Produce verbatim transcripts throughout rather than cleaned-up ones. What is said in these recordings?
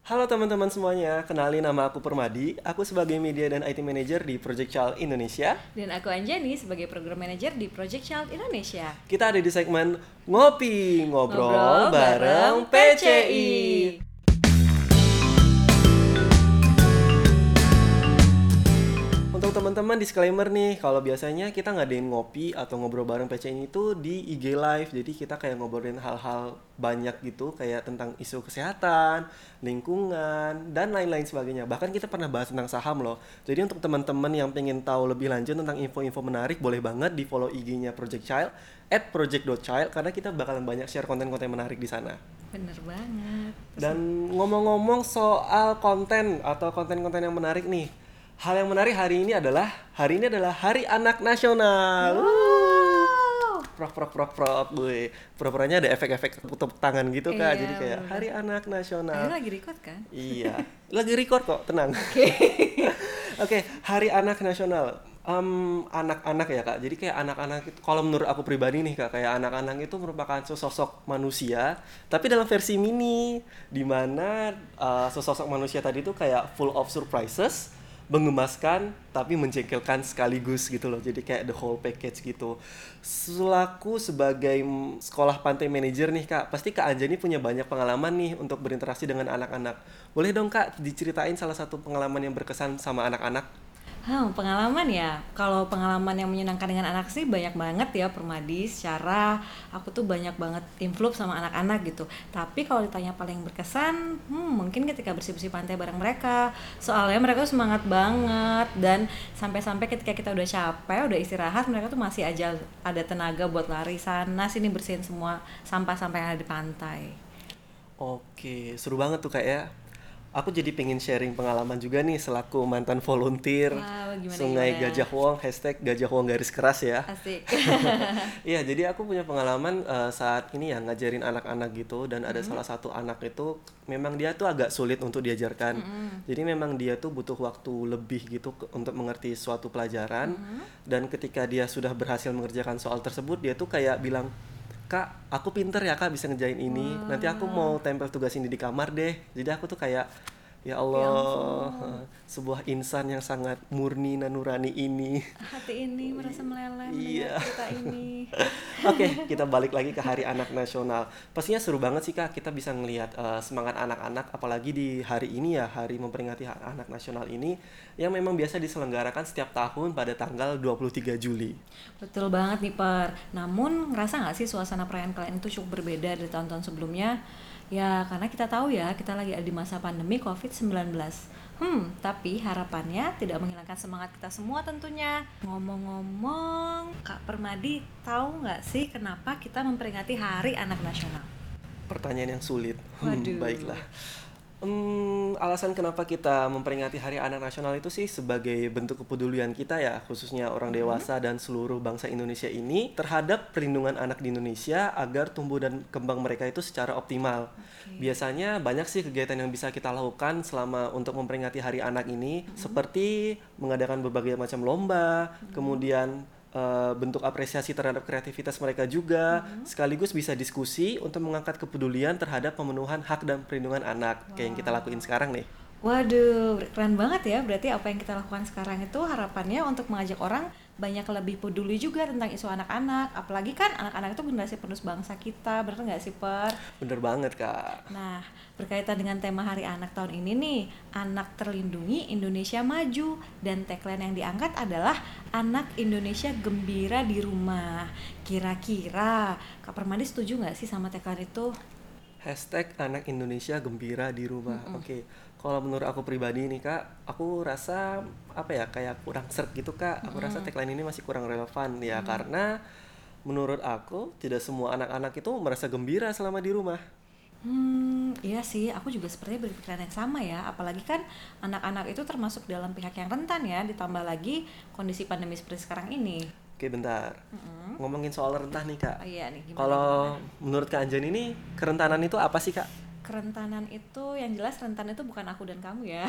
Halo teman-teman semuanya, kenalin nama aku Permadi. Aku sebagai Media dan I T Manager di Project Child Indonesia. Dan aku Anjani sebagai Program Manager di Project Child Indonesia. Kita ada di segmen Ngopi, Ngobrol, Ngobrol bareng bareng P C I. P C I. Untuk teman-teman disclaimer nih, kalau biasanya kita ngadain ngopi atau ngobrol bareng P C I itu di I G Live. Jadi kita kayak ngobrolin hal-hal banyak gitu, kayak tentang isu kesehatan, lingkungan, dan lain-lain sebagainya. Bahkan kita pernah bahas tentang saham loh. Jadi untuk teman-teman yang pengen tahu lebih lanjut tentang info-info menarik, boleh banget di follow I G-nya Project Child at project dot child karena kita bakalan banyak share konten-konten menarik di sana. Bener banget. Dan ngomong-ngomong soal konten atau konten-konten yang menarik nih, hal yang menarik hari ini adalah hari ini adalah Hari Anak Nasional. Wow. Prok prok prok prok, gue. Pura-puranya ada efek-efek tepuk tangan gitu kak. Iya, Jadi kayak bener. Hari Anak Ini Nasional. lagi record kan? Iya, lagi record kok, tenang. Oke. Oke, Hari Anak Nasional. Em, anak-anak ya kak. Jadi kayak anak-anak itu, kalau menurut aku pribadi nih kak, kayak anak-anak itu merupakan sosok manusia, tapi dalam versi mini, di mana uh, sosok manusia tadi itu kayak full of surprises, menggemaskan tapi menjengkelkan sekaligus gitu loh. Jadi kayak the whole package gitu. Selaku sebagai mm, sekolah pantai manager nih kak, pasti kak Anjani punya banyak pengalaman nih untuk berinteraksi dengan anak-anak. Boleh dong kak diceritain salah satu pengalaman yang berkesan sama anak-anak? Hmm, pengalaman ya. Kalau pengalaman yang menyenangkan dengan anak sih banyak banget ya Permadi. Secara aku tuh banyak banget influence sama anak-anak gitu. Tapi kalau ditanya paling berkesan, hmm, mungkin ketika bersih-bersih pantai bareng mereka. Soalnya mereka tuh semangat banget dan sampai-sampai ketika kita udah capek, udah istirahat, mereka tuh masih aja ada tenaga buat lari sana sini bersihin semua sampah-sampah yang ada di pantai. Oke, seru banget tuh kak ya. Aku jadi pengen sharing pengalaman juga nih selaku mantan volunteer Wow, gimana Sungai gimana? Gajah Wong, hashtag Gajah Wong garis keras ya. Asik. Iya, jadi aku punya pengalaman eh, saat ini ya ngajarin anak-anak gitu dan ada salah satu anak itu memang dia tuh agak sulit untuk diajarkan. Jadi memang dia tuh butuh waktu lebih gitu ke- untuk mengerti suatu pelajaran dan ketika dia sudah berhasil mengerjakan soal tersebut dia tuh kayak bilang, "Kak, aku pinter ya Kak bisa ngerjain ini. Nanti aku mau tempel tugas ini di kamar deh." Jadi aku tuh kayak ya Ya Allah, ampun. sebuah insan yang sangat murni dan nurani ini. Hati ini merasa meleleh mendengar Iya. cerita ini. Oke, kita balik lagi ke Hari Anak Nasional. Pastinya seru banget sih Kak, kita bisa ngelihat eh, semangat anak-anak, apalagi di hari ini ya, hari memperingati Hari Anak Nasional ini, yang memang biasa diselenggarakan setiap tahun pada tanggal dua puluh tiga Juli. Betul banget nih Per. Namun ngerasa nggak sih suasana perayaan kalian itu cukup berbeda dari tahun-tahun sebelumnya? Ya karena kita tahu ya kita lagi ada di masa pandemi covid sembilan belas. Hmm, tapi harapannya tidak menghilangkan semangat kita semua tentunya. Ngomong-ngomong, Kak Permadi tahu nggak sih kenapa kita memperingati Hari Anak Nasional? Pertanyaan yang sulit. Hmm, Waduh. baiklah. Hmm, alasan kenapa kita memperingati Hari Anak Nasional itu sih sebagai bentuk kepedulian kita ya, khususnya orang dewasa dan seluruh bangsa Indonesia ini terhadap perlindungan anak di Indonesia agar tumbuh dan kembang mereka itu secara optimal. Oke. Biasanya banyak sih kegiatan yang bisa kita lakukan selama untuk memperingati Hari Anak ini, seperti mengadakan berbagai macam lomba, kemudian eh, bentuk apresiasi terhadap kreativitas mereka juga, sekaligus bisa diskusi untuk mengangkat kepedulian terhadap pemenuhan hak dan perlindungan anak, kayak yang kita lakuin sekarang nih. Waduh, keren banget ya. Berarti apa yang kita lakukan sekarang itu harapannya untuk mengajak orang banyak lebih peduli juga tentang isu anak-anak. Apalagi kan anak-anak itu generasi penerus bangsa kita, bener nggak sih Per? Bener banget, Kak. Nah, berkaitan dengan tema Hari Anak tahun ini nih, Anak Terlindungi Indonesia Maju. Dan tagline yang diangkat adalah Anak Indonesia Gembira di Rumah. Kira-kira Kak Permadi setuju nggak sih sama tagline itu? Hashtag anak Indonesia gembira di rumah. Oke, kalau menurut aku pribadi nih kak, aku rasa apa ya kayak kurang serk gitu kak. Aku rasa tagline ini masih kurang relevan ya karena menurut aku tidak semua anak-anak itu merasa gembira selama di rumah. Hmm, iya sih, aku juga sepertinya berpikiran yang sama ya. Apalagi kan anak-anak itu termasuk dalam pihak yang rentan ya, ditambah lagi kondisi pandemi seperti sekarang ini. Oke bentar, ngomongin soal rentah nih kak. Oh iya nih, gimana gimana? Kalau menurut kak Anjani ini kerentanan itu apa sih kak? Kerentanan itu yang jelas rentan itu bukan aku dan kamu ya.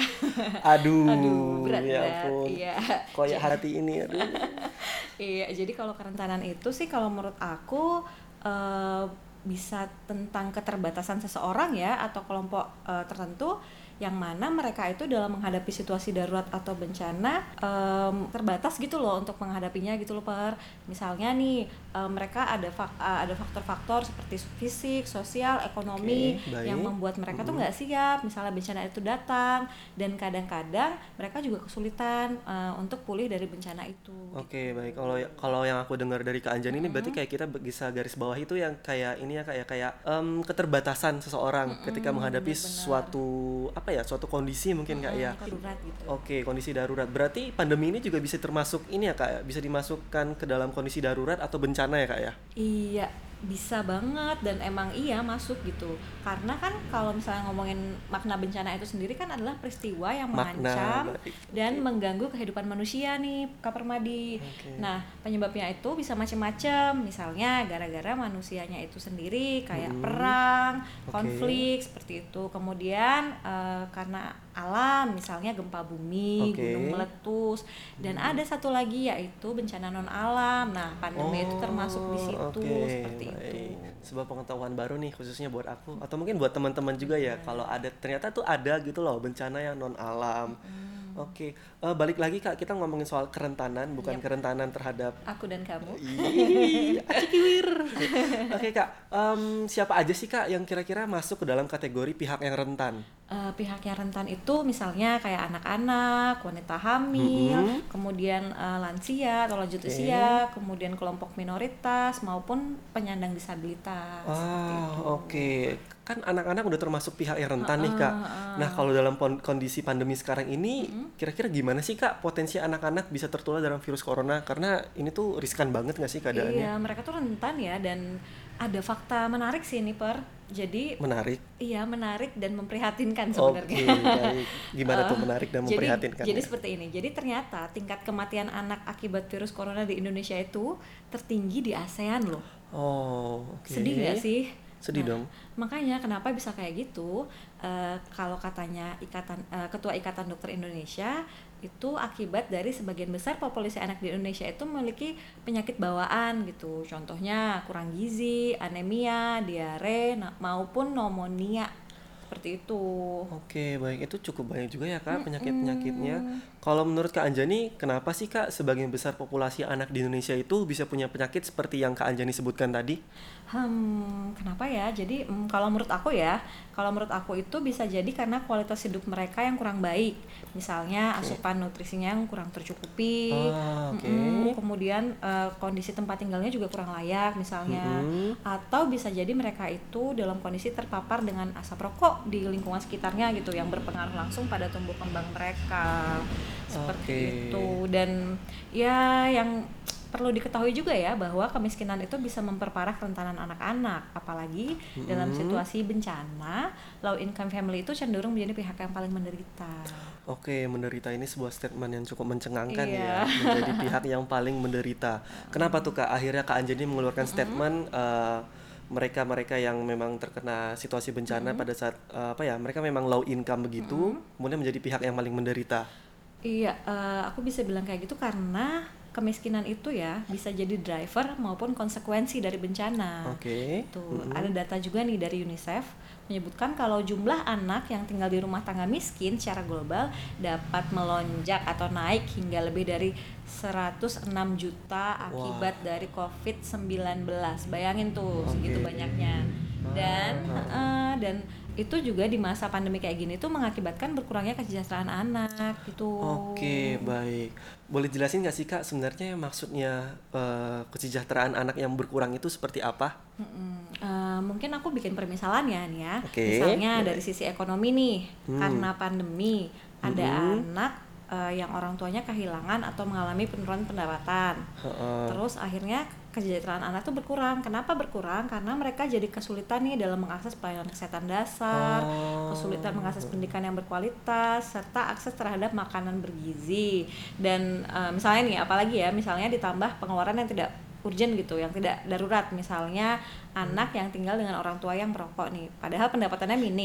Aduh, Aduh, ya berat-berat. ampun, Iya. koyak J- hati ini, aduh. Iya, jadi kalau kerentanan itu sih kalau menurut aku eh, bisa tentang keterbatasan seseorang ya atau kelompok uh, tertentu yang mana mereka itu dalam menghadapi situasi darurat atau bencana um, terbatas gitu loh untuk menghadapinya gitu loh per misalnya nih um, mereka ada fak- uh, ada faktor-faktor seperti fisik, sosial, ekonomi okay, yang membuat mereka mm-hmm. tuh nggak siap misalnya bencana itu datang dan kadang-kadang mereka juga kesulitan uh, untuk pulih dari bencana itu. Oke okay, gitu. baik kalau kalau yang aku dengar dari Kak Anjani mm-hmm. ini berarti kayak kita bisa garis bawah itu yang kayak ini ya kayak kayak um, keterbatasan seseorang mm-hmm, ketika menghadapi bener-bener. suatu apa ya suatu kondisi mungkin hmm, Kak ya. Darurat gitu. Oke, kondisi darurat. Berarti pandemi ini juga bisa termasuk ini ya Kak ya, bisa dimasukkan ke dalam kondisi darurat atau bencana ya Kak ya? Iya, bisa banget dan emang iya masuk gitu. Karena kan kalau misalnya ngomongin makna bencana itu sendiri kan adalah peristiwa yang mengancam makna, dan okay. mengganggu kehidupan manusia nih, Kak Permadi. Okay. Nah, penyebabnya itu bisa macam-macam. Misalnya gara-gara manusianya itu sendiri kayak hmm. perang, okay. konflik seperti itu. Kemudian uh, karena alam, misalnya gempa bumi, okay. gunung meletus, dan hmm. ada satu lagi yaitu bencana non alam. Nah, pandemi oh, itu termasuk di situ okay. seperti Baik. itu. Sebuah pengetahuan baru nih khususnya buat aku atau mungkin buat teman-teman juga ya. Kalau ada ternyata tuh ada gitu loh bencana yang non alam. Hmm. Oke, okay. uh, balik lagi Kak, kita ngomongin soal kerentanan, bukan yep. kerentanan terhadap aku dan kamu. Ih, acikiwir. Oke okay, Kak, um, siapa aja sih Kak yang kira-kira masuk ke dalam kategori pihak yang rentan? Uh, pihak yang rentan itu misalnya kayak anak-anak, wanita hamil, mm-hmm. kemudian uh, lansia atau lanjut okay. usia, kemudian kelompok minoritas maupun penyandang disabilitas. Ah, oke. Okay. Kan anak-anak udah termasuk pihak yang rentan uh, nih Kak. Uh, nah kalau dalam pon- kondisi pandemi sekarang ini, uh, kira-kira gimana sih Kak potensi anak-anak bisa tertular dalam virus corona? Karena ini tuh riskan banget nggak sih keadaannya? Iya, mereka tuh rentan ya dan ada fakta menarik sih nih Per. Jadi menarik. Iya menarik dan memprihatinkan sebenarnya. Oke, baik. Gimana uh, tuh menarik dan memprihatinkan? Jadi, jadi seperti ini. Jadi ternyata tingkat kematian anak akibat virus corona di Indonesia itu tertinggi di ASEAN loh. Oh, oke. Okay. Sedih nggak sih? Sedih nah, dong. Makanya kenapa bisa kayak gitu? Uh, kalau katanya ikatan uh, Ketua Ikatan Dokter Indonesia itu akibat dari sebagian besar populasi anak di Indonesia itu memiliki penyakit bawaan gitu. Contohnya kurang gizi, anemia, diare na- maupun pneumonia. Seperti itu. Oke, baik. Itu cukup banyak juga ya Kak penyakit-penyakitnya. Kalau menurut Kak Anjani, kenapa sih Kak sebagian besar populasi anak di Indonesia itu bisa punya penyakit seperti yang Kak Anjani sebutkan tadi? Hmm, kenapa ya? Jadi hmm, kalau menurut aku ya, kalau menurut aku itu bisa jadi karena kualitas hidup mereka yang kurang baik. Misalnya okay. asupan nutrisinya yang kurang tercukupi. Ah, okay. hmm, kemudian uh, kondisi tempat tinggalnya juga kurang layak misalnya. Mm-hmm. Atau bisa jadi mereka itu dalam kondisi terpapar dengan asap rokok di lingkungan sekitarnya gitu yang berpengaruh langsung pada tumbuh kembang mereka. Seperti okay. itu. Dan ya yang perlu diketahui juga ya bahwa kemiskinan itu bisa memperparah kerentanan anak-anak, apalagi mm-hmm. dalam situasi bencana, low income family itu cenderung menjadi pihak yang paling menderita. Oke, menderita ini sebuah statement yang cukup mencengangkan iya. ya, menjadi pihak yang paling menderita. Kenapa tuh Kak? Akhirnya Kak Anjani mengeluarkan mm-hmm. statement uh, mereka-mereka yang memang terkena situasi bencana mm-hmm. pada saat uh, apa ya, mereka memang low income begitu, mm-hmm. kemudian menjadi pihak yang paling menderita. Iya, uh, aku bisa bilang kayak gitu karena kemiskinan itu ya bisa jadi driver maupun konsekuensi dari bencana. Oke. Okay. Tuh, mm-hmm. ada data juga nih dari UNICEF menyebutkan kalau jumlah anak yang tinggal di rumah tangga miskin secara global dapat melonjak atau naik hingga lebih dari seratus enam juta akibat wow. dari covid sembilan belas. Bayangin tuh okay. segitu banyaknya. Dan ah. uh, dan itu juga di masa pandemi kayak gini tuh mengakibatkan berkurangnya kesejahteraan anak gitu. Oke, baik. Boleh jelasin nggak sih Kak sebenarnya maksudnya uh, kesejahteraan anak yang berkurang itu seperti apa? Uh, mungkin aku bikin permisalan ya nih ya. Okay. Misalnya Boleh. dari sisi ekonomi nih, hmm. karena pandemi ada hmm. anak uh, yang orang tuanya kehilangan atau mengalami penurunan pendapatan. Uh-uh. Terus akhirnya kesejahteraan anak tuh berkurang. Kenapa berkurang? Karena mereka jadi kesulitan nih dalam mengakses pelayanan kesehatan dasar, oh. kesulitan mengakses pendidikan yang berkualitas, serta akses terhadap makanan bergizi. Dan uh, misalnya nih, apalagi ya, misalnya ditambah pengeluaran yang tidak urgent gitu, yang tidak darurat. Misalnya anak yang tinggal dengan orang tua yang merokok nih, padahal pendapatannya minim.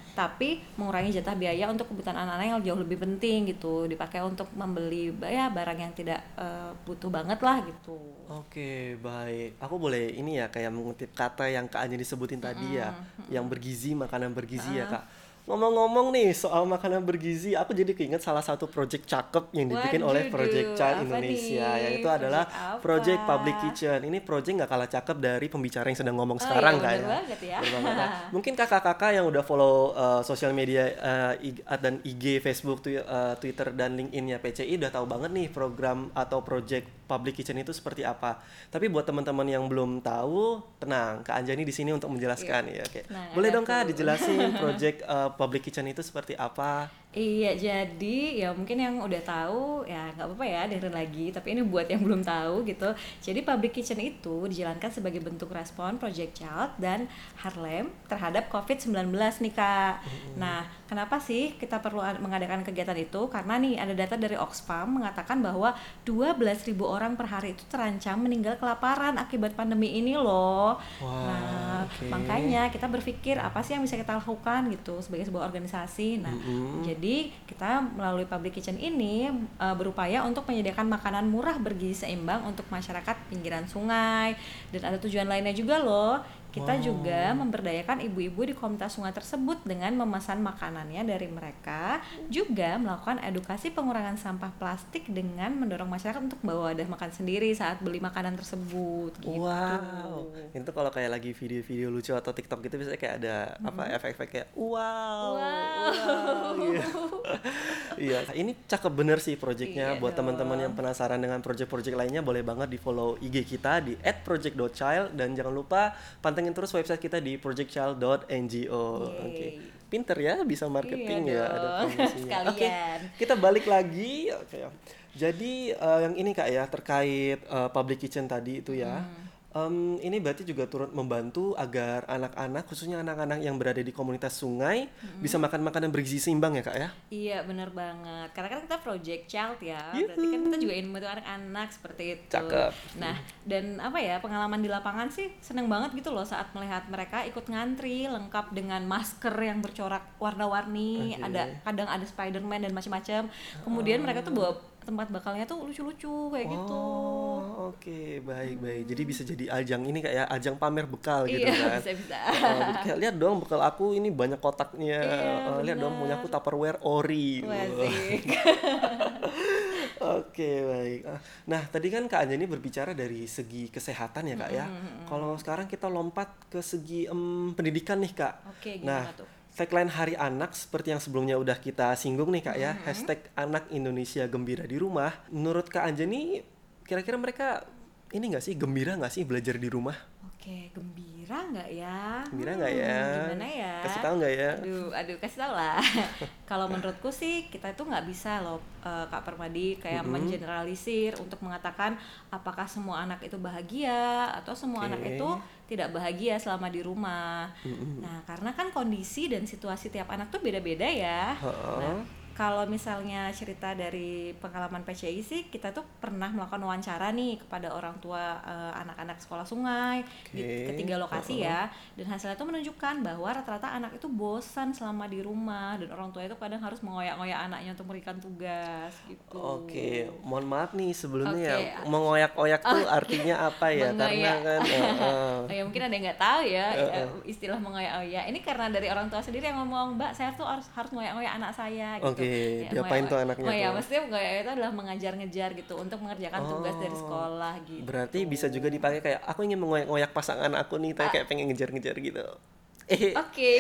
tapi mengurangi jatah biaya untuk kebutuhan anak-anak yang jauh lebih penting gitu, dipakai untuk membeli ya barang yang tidak uh, butuh banget lah gitu. Oke, baik. Aku boleh ini ya kayak mengutip kata yang Kak Anjani disebutin tadi ya, Mm-mm. yang bergizi, makanan bergizi ya Uh-uh. Kak. Ngomong-ngomong nih soal makanan bergizi, aku jadi keinget salah satu project cakep yang dibikin oleh Project Waduh, Child apa Indonesia, nih? yaitu adalah Project apa? Project Public Kitchen. Ini project nggak kalah cakep dari pembicara yang sedang ngomong Oh iya sekarang Kak bener ya. banget ya. Bener banget. Nah, mungkin kakak-kakak yang udah follow uh, sosial media uh, I G dan I G, Facebook, twi- uh, Twitter dan LinkedIn-nya P C I udah tahu banget nih program atau project Public Kitchen itu seperti apa. Tapi buat teman-teman yang belum tahu, tenang, Kak Anjani di sini untuk menjelaskan ya. Oke. Nah, Boleh ada dong Kak aku. dijelasin project uh, Public Kitchen itu seperti apa? Iya, jadi ya mungkin yang udah tahu ya nggak apa-apa ya dengerin lagi. Tapi ini buat yang belum tahu gitu. Jadi Public Kitchen itu dijalankan sebagai bentuk respon Project Child dan Harlem terhadap covid sembilan belas nih Kak. Mm-hmm. Nah, kenapa sih kita perlu mengadakan kegiatan itu? Karena nih ada data dari Oxfam mengatakan bahwa dua belas ribu orang per hari itu terancam meninggal kelaparan akibat pandemi ini loh. Wah, Nah, oke. makanya kita berpikir apa sih yang bisa kita lakukan gitu sebagai sebuah organisasi. Nah, Mm-mm. jadi kita melalui Public Kitchen ini uh, berupaya untuk menyediakan makanan murah bergizi seimbang untuk masyarakat pinggiran sungai, dan ada tujuan lainnya juga loh. Kita Wow. juga memberdayakan ibu-ibu di komunitas sungai tersebut dengan memesan makanannya dari mereka, juga melakukan edukasi pengurangan sampah plastik dengan mendorong masyarakat untuk bawa wadah makan sendiri saat beli makanan tersebut gitu. Wow, itu kalau kayak lagi video-video lucu atau TikTok gitu biasanya kayak ada apa efek-efek kayak wow, Wow. wow, gitu. Iya, ini cakep bener sih projectnya. Iya Buat teman-teman dong. yang penasaran dengan project-project lainnya, boleh banget di follow I G kita di at project dot child dan jangan lupa pantengin terus website kita di project child dot n g o. Yeay. Oke, pinter ya bisa marketing Iya ya, ada dong. promosinya. Oke, Sekalian. kita balik lagi. Oke, jadi eh, yang ini Kak ya terkait eh, public kitchen tadi itu ya. Em, ini berarti juga turut membantu agar anak-anak, khususnya anak-anak yang berada di komunitas sungai, bisa makan makanan bergizi seimbang ya Kak ya? Iya bener banget, karena kan kita project child ya, berarti kan kita juga ingin membantu anak-anak seperti itu. Cakep. Nah, dan apa ya, pengalaman di lapangan sih seneng banget gitu loh saat melihat mereka ikut ngantri lengkap dengan masker yang bercorak warna-warni, Oke. ada kadang ada Spiderman dan macam-macam. Kemudian mereka tuh bawa tempat bakalnya tuh lucu-lucu kayak gitu. Oh, oke, baik-baik. Jadi bisa jadi ajang ini kayak ajang pamer bekal gitu Iya, kan. bisa-bisa. Oh, kayak lihat dong bekal aku ini banyak kotaknya. Iya, Oh, lihat dong punya aku Tupperware ori. Wah, Wah. asik. Oke, baik. Ah, Nah, tadi kan Kak Anjani berbicara dari segi kesehatan ya Kak ya. Kalau sekarang kita lompat ke segi em, pendidikan nih Kak. Oke, Nah, gimana tuh? tagline Hari Anak seperti yang sebelumnya udah kita singgung nih Kak ya, hashtag Anak Indonesia Gembira di Rumah. Menurut Kak Anjani, kira-kira mereka ini nggak sih, gembira nggak sih belajar di rumah? Oke, gembira nggak ya? Gembira nggak ya? Gimana ya? Kasih tahu nggak ya? Aduh, aduh kasih tahu lah. Kalau menurutku sih kita itu nggak bisa loh eh, Kak Permadi kayak Mm-mm. mengeneralisir untuk mengatakan apakah semua anak itu bahagia atau semua Oke. anak itu tidak bahagia selama di rumah. Mm-mm. Nah, karena kan kondisi dan situasi tiap anak tuh beda-beda ya. Ha-ha. Nah, kalau misalnya cerita dari pengalaman P C I sih, kita tuh pernah melakukan wawancara nih kepada orang tua eh, anak-anak sekolah sungai di Oke. ketiga lokasi ya, dan hasilnya tuh menunjukkan bahwa rata-rata anak itu bosan selama di rumah dan orang tua itu kadang harus mengoyak-ngoyak anaknya untuk memberikan tugas gitu. Oke, mohon maaf nih sebelumnya Oke. ya, mengoyak-oyak tuh artinya apa ya? Karena Mengoyak. kan eh, eh. Oh, ya mungkin ada yang nggak tahu ya, ya, istilah mengoyak-ngoyak ini karena dari orang tua sendiri yang ngomong, Mbak saya tuh harus harus mengoyak-ngoyak anak saya gitu. Oke, Ya, diapain mengoyak- tuh anaknya Oh ya, tuh? maksudnya mengoyak itu adalah mengajar-ngejar gitu untuk mengerjakan tugas dari Oh, sekolah gitu. Berarti bisa juga dipakai kayak aku ingin mengoyak-ngoyak pasangan aku nih, tapi kayak pengen ngejar-ngejar gitu. Eh, Oke.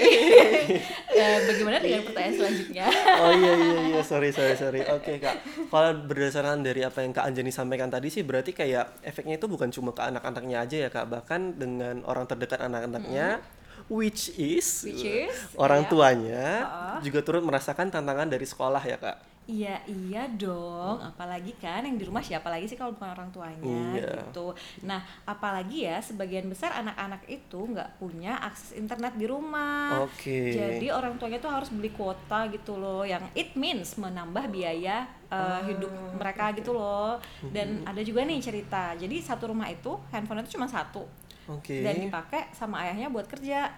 Eh, bagaimana dengan pertanyaan selanjutnya? oh iya iya iya, sorry sorry sorry. Oke Kak, kalau berdasarkan dari apa yang Kak Anjani sampaikan tadi sih berarti kayak efeknya itu bukan cuma ke anak-anaknya aja ya Kak, bahkan dengan orang terdekat anak-anaknya, which is, Which is, orang iya. tuanya Uh-uh. juga turut merasakan tantangan dari sekolah ya Kak. Iya, iya dong. Apalagi kan yang di rumah siapa lagi sih kalau bukan orang tuanya Iya. gitu. Nah, apalagi ya sebagian besar anak-anak itu nggak punya akses internet di rumah. Oke. Jadi orang tuanya tuh harus beli kuota gitu loh, yang it means menambah biaya uh, hidup mereka gitu loh. Dan ada juga nih cerita. Jadi satu rumah itu handphone itu cuma satu Oke. dan dipakai sama ayahnya buat kerja.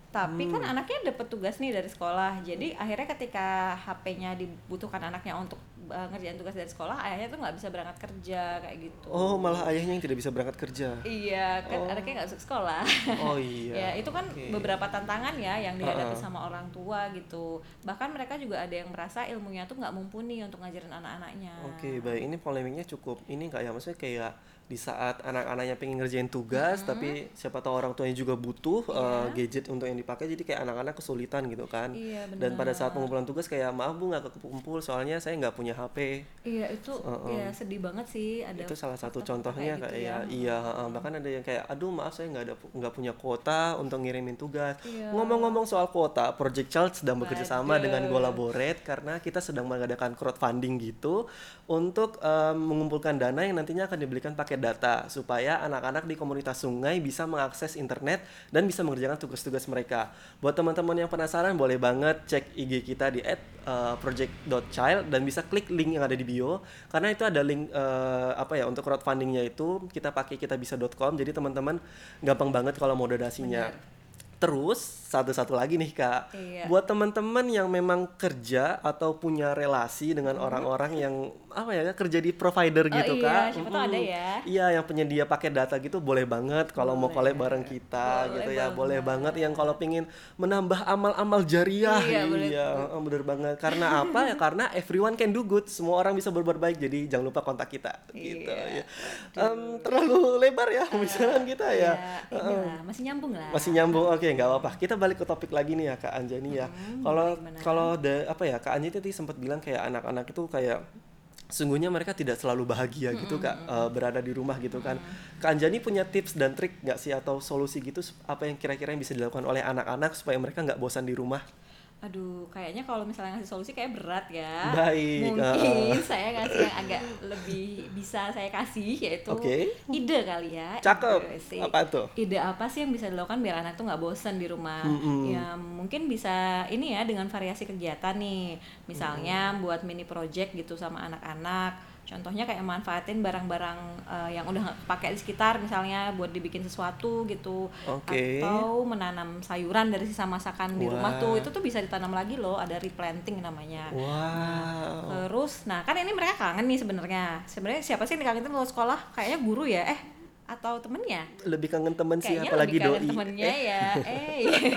Tapi kan anaknya dapat tugas nih dari sekolah. Jadi akhirnya ketika H P-nya dibutuhkan anaknya untuk uh, ngerjain tugas dari sekolah, ayahnya tuh nggak bisa berangkat kerja kayak gitu. Oh, malah ayahnya yang tidak bisa berangkat kerja. Iya, kan Oh. anaknya nggak masuk sekolah. Oh iya. Ya, itu kan Oke. beberapa tantangan ya yang dihadapi Uh-uh. sama orang tua gitu. Bahkan mereka juga ada yang merasa ilmunya tuh nggak mumpuni untuk ngajarin anak-anaknya. Oke, baik. Ini polemiknya cukup ini nggak ya? Maksudnya kayak di saat anak-anaknya pengen ngerjain tugas, tapi siapa tahu orang tuanya juga butuh uh, gadget untuk yang dipakai, jadi kayak anak-anak kesulitan gitu kan. Iya, Dan pada saat benar. pengumpulan tugas kayak maaf bu nggak kekumpul soalnya saya nggak punya H P. Iya, itu Uh-uh. ya sedih banget sih ada Itu salah satu fakta-fakta contohnya kayak, gitu ya, ya. iya uh, bahkan ada yang kayak aduh maaf saya nggak ada nggak punya kuota untuk ngirimin tugas. Iya. Ngomong-ngomong soal kuota, Project Child sedang bekerja sama Waduh. dengan Golaborate karena kita sedang mengadakan crowdfunding gitu untuk um, mengumpulkan dana yang nantinya akan dibelikan paket data supaya anak-anak di komunitas sungai bisa mengakses internet dan bisa mengerjakan tugas-tugas mereka. Buat teman-teman yang penasaran boleh banget cek I G kita di at project dot child dan bisa klik link yang ada di bio karena itu ada link uh, apa ya untuk crowdfundingnya itu kita pakai kitabisa dot com jadi teman-teman gampang banget kalau mau donasinya. Terus satu-satu lagi nih Kak, Iya. buat teman-teman yang memang kerja atau punya relasi dengan orang-orang yang apa ya kerja di provider Oh gitu iya, Kak. siapa tahu ada ya. Iya, yang penyedia paket data gitu boleh banget kalau mau Boleh. collab bareng kita Boleh gitu ya. Boleh banget. banget yang kalau pingin menambah amal-amal jariah. Iya, boleh heeh, bener banget. Karena apa ya? Karena everyone can do good. Semua orang bisa berbuat baik. Jadi jangan lupa kontak kita gitu Iya. ya. Em, terlalu lebar ya pembicaraan kita ya. Ya, inilah, masih nyambung lah. Masih nyambung, oke nggak apa-apa. Kita balik ke topik lagi nih ya Kak Anjani ya. Kalau gimana? kalau da- apa ya Kak Anjani tadi sempat bilang kayak anak-anak itu kayak sungguhnya mereka tidak selalu bahagia gitu Kak eh, berada di rumah gitu kan. Kak Anjani punya tips dan trik nggak sih atau solusi gitu sup- apa yang kira-kira yang bisa dilakukan oleh anak-anak supaya mereka nggak bosan di rumah? Aduh, kayaknya kalau misalnya ngasih solusi kayak berat ya. Baik, Mungkin uh. saya ngasih yang agak lebih bisa saya kasih yaitu Oke. ide kali ya. Cakep. Ide sih. Apa tuh? Ide apa sih yang bisa dilakukan biar anak tuh nggak bosan di rumah? Ya mungkin bisa ini ya dengan variasi kegiatan nih. Misalnya buat mini project gitu sama anak-anak. Contohnya kayak manfaatin barang-barang eh, yang udah nggak kepake di sekitar misalnya buat dibikin sesuatu gitu. Oke. Atau menanam sayuran dari sisa masakan di rumah Wah. tuh. Itu tuh bisa ditanam lagi loh, ada replanting namanya. Wow. Terus, nah kan ini mereka kangen nih sebenarnya. Sebenarnya siapa sih yang dikangenin kalau sekolah? Kayaknya guru ya, eh atau temennya? Lebih kangen temen sih Kayaknya apalagi lebih kangen doi. temennya ya, eh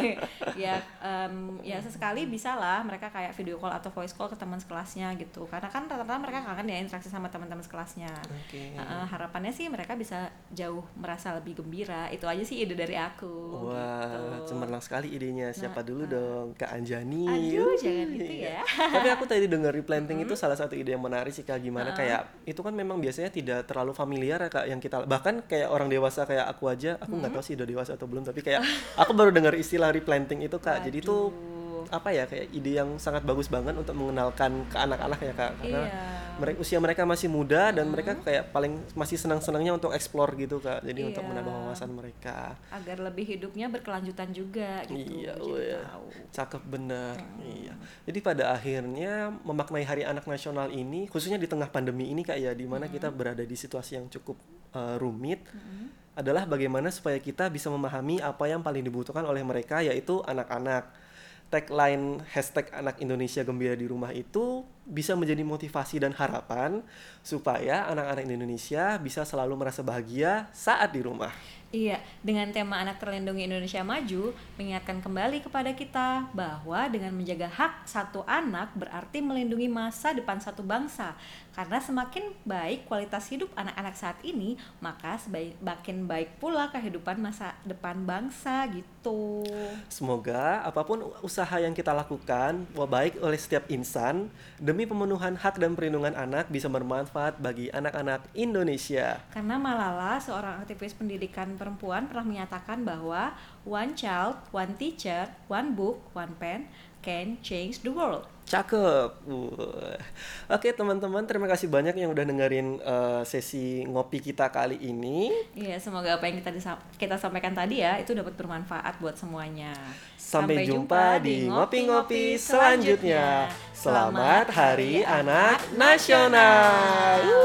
ya, em, ya sesekali bisa lah mereka kayak video call atau voice call ke teman sekelasnya gitu. Karena kan rata-rata mereka kangen ya interaksi sama teman-teman sekelasnya. Oke. Uh, harapannya sih mereka bisa jauh merasa lebih gembira. Itu aja sih ide dari aku. Wah, gitu. cemerlang sekali idenya. Siapa dulu dong? Kak Anjani. Aduh, jangan gitu Iya. ya. Tapi aku tadi dengar replanting itu salah satu ide yang menarik sih Kak. Gimana Uh-uh. kayak itu kan memang biasanya tidak terlalu familiar ya Kak yang kita bahkan kayak orang dewasa kayak aku aja, aku nggak tahu sih udah dewasa atau belum, tapi kayak aku baru dengar istilah replanting itu Kak. Jadi itu Waduh. apa ya kayak ide yang sangat bagus banget untuk mengenalkan ke anak-anak ya Kak. Karena Iya. mereka usia mereka masih muda dan mereka kayak paling masih senang-senangnya untuk explore gitu Kak. Jadi untuk Iya. menambah wawasan mereka. Agar lebih hidupnya berkelanjutan juga gitu. Iya, Jadi weh. tahu. Cakep bener. Iya. Jadi pada akhirnya memaknai Hari Anak Nasional ini, khususnya di tengah pandemi ini Kak ya, di mana kita berada di situasi yang cukup uh, rumit, adalah bagaimana supaya kita bisa memahami apa yang paling dibutuhkan oleh mereka, yaitu anak-anak. Tagline hashtag Anak Indonesia Gembira di Rumah itu bisa menjadi motivasi dan harapan supaya anak-anak Indonesia bisa selalu merasa bahagia saat di rumah. Iya, dengan tema Anak Terlindungi Indonesia Maju, mengingatkan kembali kepada kita bahwa dengan menjaga hak satu anak berarti melindungi masa depan satu bangsa. Karena semakin baik kualitas hidup anak-anak saat ini, maka semakin baik pula kehidupan masa depan bangsa gitu. Semoga apapun usaha yang kita lakukan, baik oleh setiap insan, demi pemenuhan hak dan perlindungan anak bisa bermanfaat bagi anak-anak Indonesia. Karena Malala, seorang aktivis pendidikan perempuan, pernah menyatakan bahwa one child, one teacher, one book, one pen can change the world. Cakep. Wah. Oke teman-teman, terima kasih banyak yang udah dengerin uh, sesi ngopi kita kali ini. Iya, semoga apa yang kita disa- kita sampaikan tadi ya itu dapat bermanfaat buat semuanya. Sampai jumpa di ngopi-ngopi selanjutnya. Selamat Hari Anak Nasional.